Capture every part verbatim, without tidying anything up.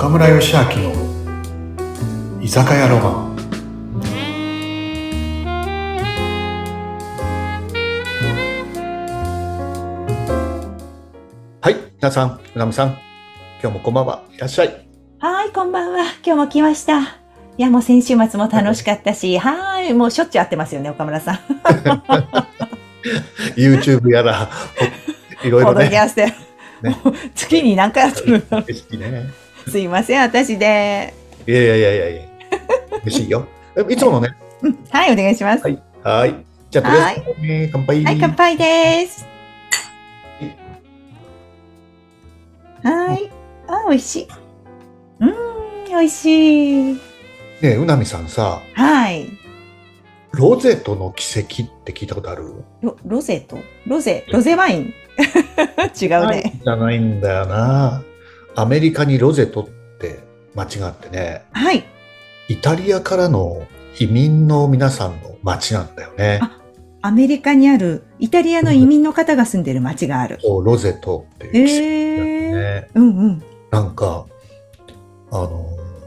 岡村義明の居酒屋ロマン。はい、皆さん、うなみさん、今日もこんばんは。いらっしゃい。 はい、こんばんは。今日も来ました。いや、もう先週末も楽しかったし、はい、もうしょっちゅう会ってますよね、岡村さん。 YouTube やら、いろいろポッドキね。 ャスト、 ねもう月に何回やってるんだろ嬉しいね。 う。すいません、私で。 いやいやいやいやいや、嬉しいよ。いつものね。 うん、はい、お願いします。 はい。はい。じゃあ、とりあえず、ね、乾杯。 はい、乾杯です。はい。あ、美味しい。うーん、美味しい。 ねえ、うなみさんさ、 はい。 ロゼとの奇跡って聞いたことある？ ロ、ロゼとロゼ、ロゼワイン。違うね。 じゃないんだよな。アメリカにロゼトって町があってね、 はい。 イタリアからの移民の皆さんの町なんだよね。 あ、アメリカにあるイタリアの移民の方が住んでる町がある。 そう、ロゼトっていう奇跡だよね。 えー、うんうん。 なんか、あの、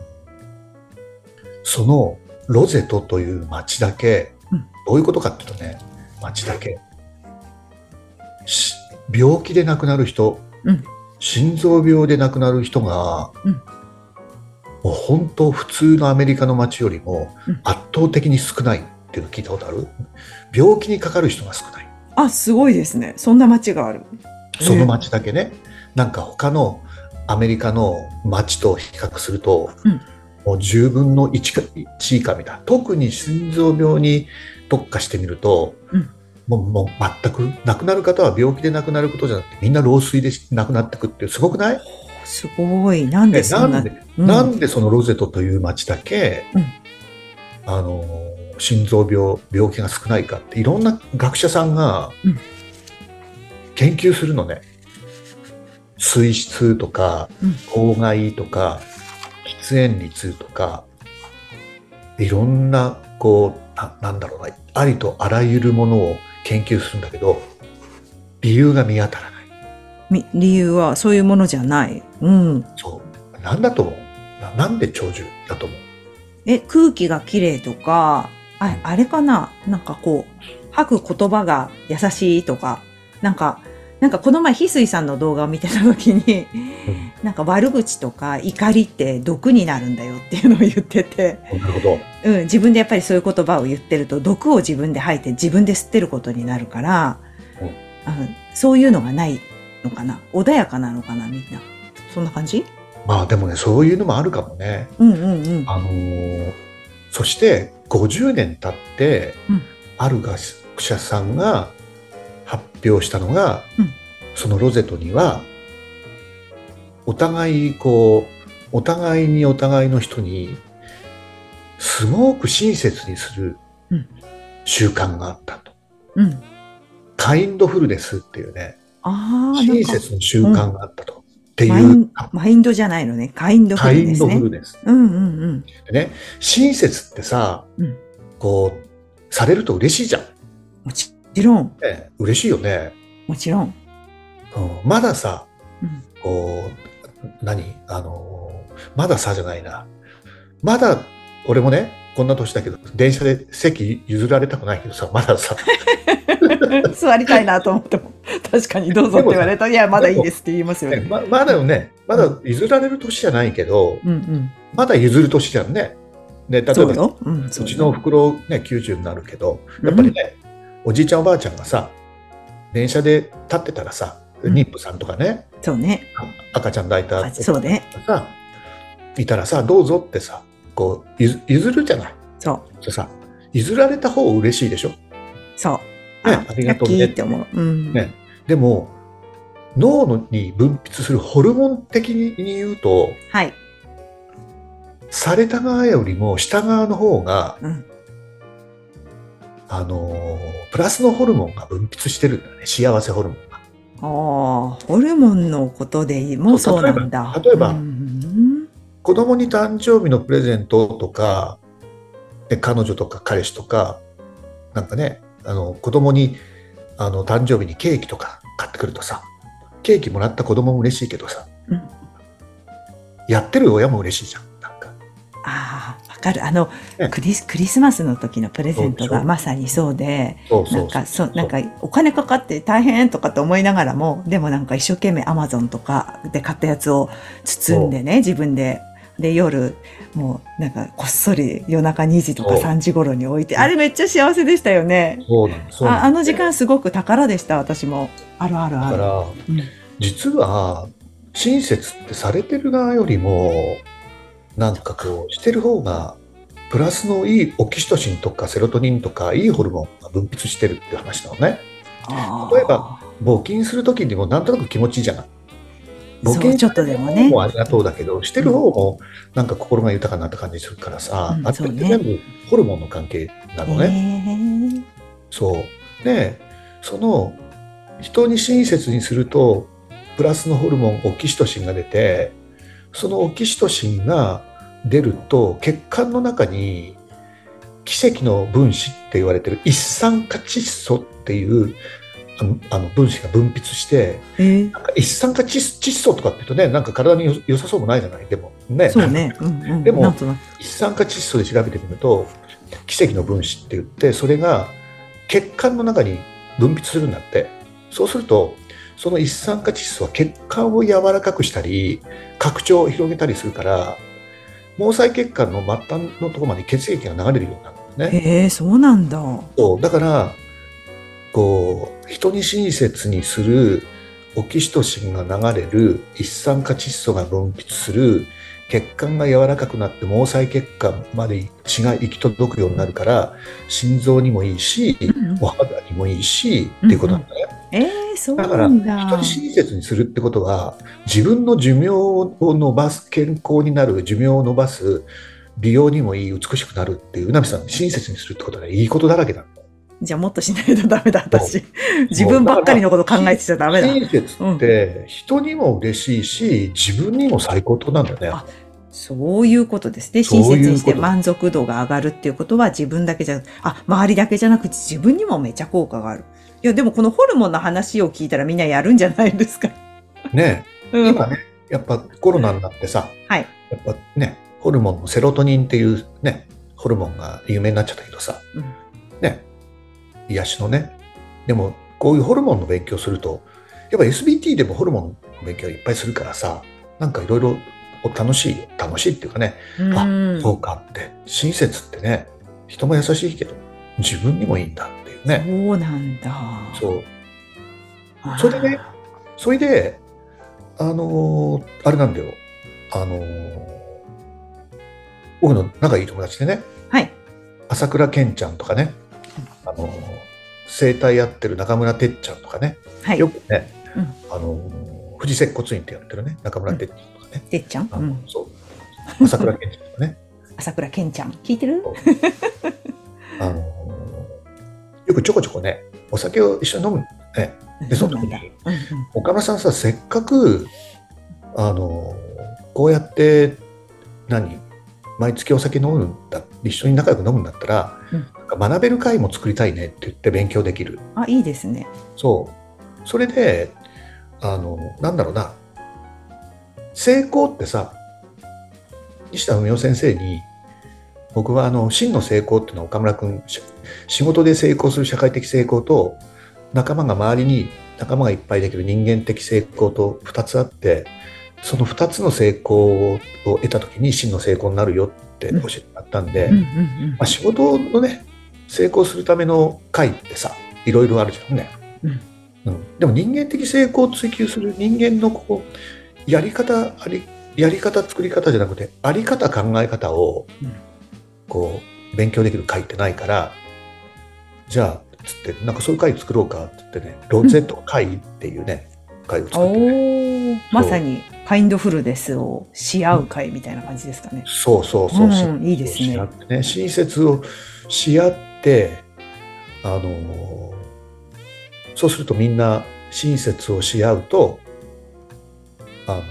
そのロゼトという町だけ、 うんどういうことかっていうとね、町だけ、し病気で亡くなる人、 うん心臓病で亡くなる人が、 うんもう本当普通のアメリカの町よりもうん圧倒的に少ないっていうの聞いたことある？病気にかかる人が少ない。 あ、すごいですね。そんな町がある。 その町だけね、なんか他のアメリカの町と比較すると、 うんもうじゅうぶんのいちか、いち以下みたいな。特に心臓病に特化してみると、 うんもう、もう全く亡くなる方は病気で亡くなることじゃなくてみんな老衰で亡くなっていくっていう、すごくない？ すごい。なんでえそんな。 なんで、 うんなんでそのロゼトという町だけ、 うんあの心臓病病気が少ないかっていろんな学者さんがうん研究するのね。水質とかうん公害とか喫煙率とかいろんなこう な, なんだろうなありとあらゆるものを研究するんだけど理由が見当たらない。 み理由はそういうものじゃない。うん。 そうなんだと思う？ななんで長寿だと思う？ え、空気がきれいとか、あ、あれかな、なんかこう、吐く言葉が優しいとか、なんか、なんかこの前、翡翠さんの動画を見てた時に、 うんなんか悪口とか怒りって毒になるんだよっていうのを言ってて、 なるほど。 うん、自分でやっぱりそういう言葉を言ってると、毒を自分で吐いて自分で吸ってることになるから、 うんあのそういうのがないのかな。穏やかなのかな、みんな。そんな感じ？ まあでもねそういうのもあるかもね。 うんうんうん。 あのーそしてごじゅうねん経って、 うんある学者さんが発表したのが、 うんそのロゼトにはお互いこうお互いにお互いの人にすごく親切にするうん習慣があったと。 うん。 カインドフルネスっていうねああ、なん親か、 切の習慣があったと、ってマイいうン、マインドじゃないのね。カインドフカインルですね。 ドフルネスうんうんうん。 でね、親切ってさ、 うんこうされると嬉しいじゃん。 もちろん、 ね、嬉しいよね。 もちろん。 うん、まださ、 うんこう何あのまださじゃないな。まだ俺もねこんな年だけど電車で席譲られたくないけどさ、まださ座りたいなと思っても、確かにどうぞって言われると、いや、まだいいですって言いますよね。 ねままだよね、まだ譲られる年じゃないけど、 うんうん。 まだ譲る年じゃんね。ね、例えばそうよ。うん、 うそうよちのおふくろねきゅうじゅうになるけど、やっぱりね、おじいちゃんおばあちゃんがさ電車で立ってたらさ、 うん妊婦さんとかね、 そうね。 あ赤ちゃん抱いたあそうね。 さいたらさどうぞってさこう譲譲るじゃない。 そう。 そうさ譲られた方嬉しいでしょ。 そう。 ねありがとうねラッキーって思う。うん。 ね、でも脳に分泌するホルモン的に言うとはい。 された側よりも下側の方が、 うん。 あのープラスのホルモンが分泌してるんだよね。幸せホルモンが。 ああ、ホルモンのことでもそうなんだ。 例えば例えばうん子供に誕生日のプレゼントとかで彼女とか彼氏とかなんかね、あの子供にあの誕生日にケーキとか買ってくるとさ、ケーキもらった子供も嬉しいけどさ、 うんやってる親も嬉しいじゃん。なんかああ、わかる。あの、 ね、 クリス、クリスマスの時のプレゼントそうがまさにそうで、 そうそうなんか、そう、なんかそう、 お金かかって大変とかって思いながらも、でもなんか一生懸命アマゾンとかで買ったやつを包んでね、自分で。で、夜、もうなんかこっそり夜中にじとかそうさんじ頃に置いて、あれめっちゃ幸せでしたよね。 そうなんです。そうあ、あのなんですね。 時間すごく宝でした、私も。あるあるある。 だから、 うん。 実は、親切ってされてる側よりも、なんかこう、してる方が、プラスのいいオキシトシンとかセロトニンとかいいホルモンが分泌してるっていう話なのね。例えば、 あ募金するときにもなんとなく気持ちいいじゃない。 あ。そう、 募金ちょっとされるでもね。 方もありがとうだけど、してる方もなんか心が豊かになった感じするからさ、 うん、 あれそうね。 って全部ホルモンの関係なへのね。 え。 そう。で、その人に親切にすると、プラスのホルモン、オキシトシンが出て、そのオキシトシンが出ると、血管の中に奇跡の分子って言われてる一酸化窒素っていうあのあの分子が分泌して、 えー、 なんか一酸化窒窒素とかって言うとね、なんか体によ良さそうもないじゃない。でもね、 そうね。うんうん。なんでもとなく。 一酸化窒素で調べてみると、奇跡の分子って言って、それが血管の中に分泌するんだって。そうすると、その一酸化窒素は血管を柔らかくしたり、拡張を広げたりするから、毛細血管の末端のところまで血液が流れるようになるんですね。 へえ、そうなんだ。 そうだから、こう人に親切にするオキシトシンが流れる、一酸化窒素が分泌する、血管が柔らかくなって毛細血管まで血が行き届くようになるから、心臓にもいいし、 うんうん、 お肌にもいいし、 うんっていうことなんだね。 うん、えー、そうだから、 なん人にだ。 親切にするってことは、自分の寿命を伸ばす、健康になる、寿命を伸ばす、美容にもいい、美しくなるっていう、うなみさん、親切にするってことはいいことだらけなんだ。 じゃあもっとしないとダメだ、私。自そう分ばっかりのこと考えてちゃダメだ。 親切って人にも嬉しいし、自分にも最高なんだよね。 あ、そういうことですね。親切にして満足度が上がるっていうことは自分だけじゃ、あ、周りだけじゃなくて自分にもめちゃ効果がある。いや、でもこのホルモンの話を聞いたらみんなやるんじゃないですか。 ねえ、 うん、 今ね、やっぱコロナになってさ、 はい。 やっぱね、ホルモンのセロトニンっていうね、ホルモンが有名になっちゃったけどさ、 うん、 ね、癒しのね、でもこういうホルモンの勉強すると、やっぱ エスビーティー でもホルモンの勉強いっぱいするからさ、なんかいろいろ楽しい、楽しいっていうかね、 うん、 あ、そうかって、親切ってね、人も優しいけど、自分にもいいんだっていうね。 そうなんだ。 そう。それでね、それで、あのー、あれなんだよ、あのー、僕の仲いい友達でね、 はい。 朝倉健ちゃんとかね、あのー、整体やってる中村てっちゃんとかね、 はい、 よくね、 うん、 あのー、富士接骨院ってやってるね、中村てっちゃんとかね、 てっちゃん、 あの、 うん、 そう、朝倉健ちゃんとかね、 朝倉健ちゃん、聞いてる？ あのー、よくちょこちょこね、お酒を一緒に飲むね。で、その時に、うんうん、岡村さんさ、せっかく、あの、こうやって、何、毎月お酒飲むんだ、一緒に仲良く飲むんだったら、うん、なんか学べる会も作りたいねって言って勉強できる。 あ、いいですね。 そう。それで、あの、なんだろうな、成功ってさ、西田文雄先生に、僕はあの真の成功っていうのは岡村君、仕事で成功する社会的成功と、仲間が周りに仲間がいっぱいできる人間的成功とふたつあって、そのふたつの成功を得た時に真の成功になるよって教えてもらったんで、まあ、仕事のね成功するための会ってさいろいろあるじゃんね、うんうん、でも人間的成功を追求する人間のこうやり方ありやり方作り方じゃなくてあり方考え方をこう勉強できる会ってないから、じゃあつってなんかそういう会作ろうかって言ってね、ロゼット会っていうね、うん、会を作ってね、 まさにカインドフルネスをし合う会みたいな感じですかね。 そうそうそう、 うん、いいですね。 し合ってね、親切をし合って、あのー、そうするとみんな親切をし合うと、あの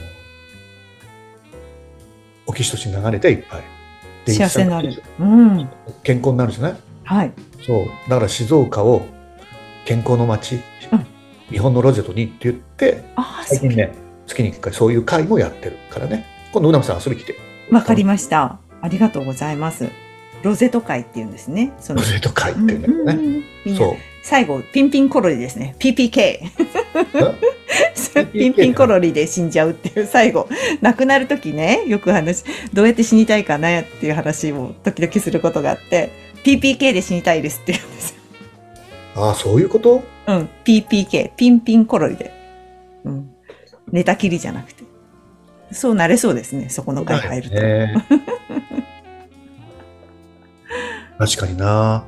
オキシトシン流れていっぱいで幸せになる、うん、 健康になるじゃない。 はい。 そうだから静岡を健康の街、うん、日本のロゼットにって言って、最近ね月にいっかいそういう会もやってるからね、 今度うなみさん遊び来て。 わかりました。ありがとうございます。ロゼト会っていうんですね。そのロゼト会っていうんだけどね。 うんうんうん、 そう。 最後、ピンピンコロリですね。ピーピーケー。ピンピンコロリで死んじゃうっていう、最後、亡くなるときね、よく話、どうやって死にたいかなっていう話を時々することがあって、ピーピーケー で死にたいですって言うんですよ。 ああ、そういうこと？ うん、ピーピーケー、ピンピンコロリで。うん。寝たきりじゃなくて。そうなれそうですね、そこの会入ると。ね、 確かにな、うん、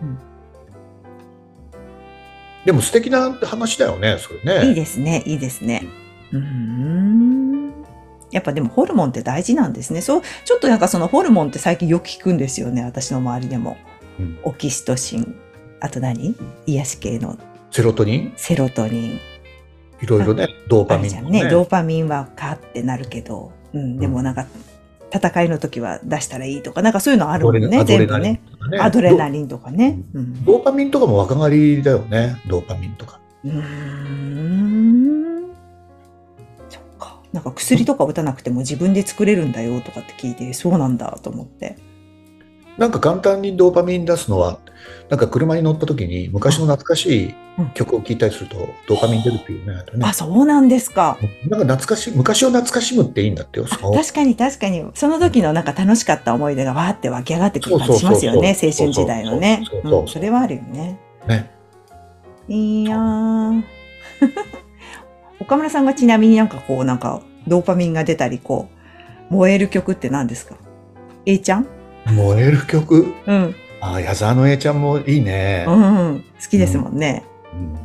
でも素敵な話だよね、それね。 いいですね、いいですね。うーん。やっぱでもホルモンって大事なんですね。そう、ちょっとなんかそのホルモンって最近よく聞くんですよね、私の周りでも。うん、オキシトシン、あと何？癒し系の。 セロトニン？ セロトニン。 いろいろね、ドーパミン、 ね。あるじゃんね。ドーパミンはカーってなるけど、うん、でもなんか、戦いの時は出したらいいとか、なんかそういうのあるもんね、全部ね。アドレナリンとかね。 ド,、うん、ドーパミンとかも若返りだよね、ドーパミンとか。うーん。そっか。なんか薬とか打たなくても自分で作れるんだよとかって聞いて、そうなんだと思って。 なんか簡単にドーパミン出すのは、なんか車に乗った時に昔の懐かしい曲を聴いたりするとドーパミン出るっていうね。 うん、あ、そうなんですか。 なんか懐かしい、昔を懐かしむっていいんだってよ。 確かに確かに、その時のなんか楽しかった思い出がわーって湧き上がってくる感じしますよね、青春時代のね。それはあるよね。ね。いやー。岡村さんがちなみになんかこう、なんかドーパミンが出たり、こう、燃える曲って何ですか？ A ちゃん？ 燃える曲、 うん、 ああ、矢沢の A ちゃんもいいね、 うんうん、好きですもんね、うんうん、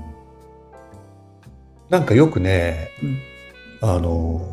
なんかよくね、うん、あの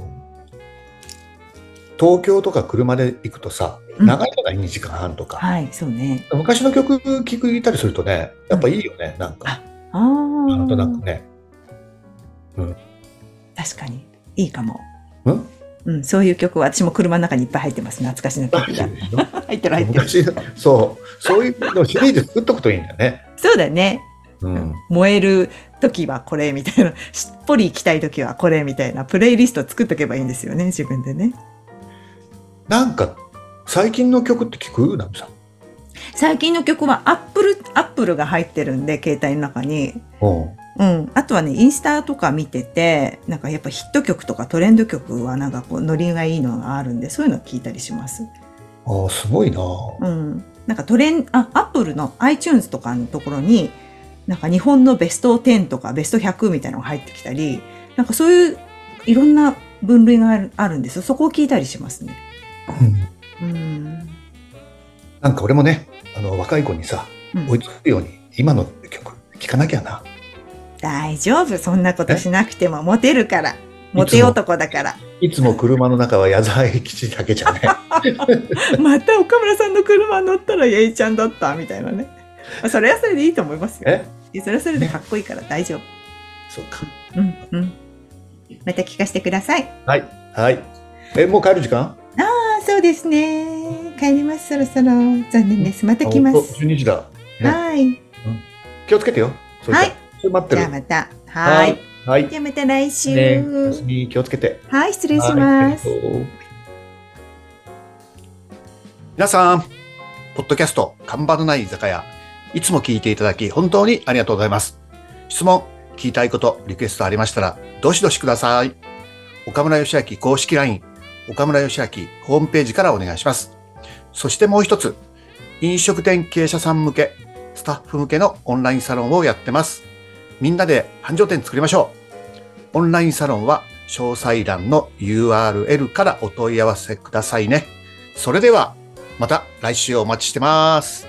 東京とか車で行くとさ、長いじゃない、にじかんはんとか、 はい、そうね、 昔の曲聴いたりするとね、やっぱいいよね、うん、なんかあなんとなくね、 うん、確かにいいかも、 うんうん、そういう曲は私も車の中にいっぱい入ってます。懐かしの曲が。入ってる入ってる。 昔そう、そういうのシリーズ作っとくといいんだよね。 そうだね。うん、燃える時はこれみたいな、しっぽり行きたい時はこれみたいなプレイリスト作っとけばいいんですよね、自分でね。なんか最近の曲って聞く？ナミさん。 最近の曲はアップルアップルが入ってるんで、携帯の中に。うん。あとはね、インスタとか見てて、なんかやっぱヒット曲とかトレンド曲はなんかこうノリがいいのがあるんで、そういうの聞いたりします。 ああ、すごいな。 うん。なんかトレン、あ、アップルの iTunes とかのところに、なんか日本のベストじゅうとかベストひゃくみたいなのが入ってきたり、なんかそういういろんな分類がある、あるんですよ。そこを聞いたりしますね。 うん。うん、なんか俺もね、あの若い子にさ、うん、追いつくように今の曲聴かなきゃな。 大丈夫、そんなことしなくてもモテるから、モテ男だから。 いつも車の中は矢沢永吉だけじゃね。 また岡村さんの車乗ったらやいちゃんだったみたいなね。それはそれでいいと思いますよ。え、それはそれでかっこいいから大丈夫。 そうか。 うんうん。また聞かせてください。 はいはい。え、もう帰る時間？ああ、そうですね。帰ります、そろそろ。残念です。また来ます。 じゅうにじだ。 ね、はい、うん。 気をつけてよ。 はい。 待ってる。 じゃあまた。はい。 はい。 じゃあまた来週。 ね、休み気をつけて。 はい、失礼します。 皆さん、ポッドキャスト、看板のない居酒屋、いつも聞いていただき、本当にありがとうございます。質問、聞きたいこと、リクエストありましたら、どしどしください。岡村義明公式 ライン、岡村義明ホームページからお願いします。そしてもう一つ、飲食店経営者さん向け、スタッフ向けのオンラインサロンをやってます。みんなで繁盛店作りましょう。オンラインサロンは詳細欄の ユーアールエル からお問い合わせくださいね。それではまた来週お待ちしてます。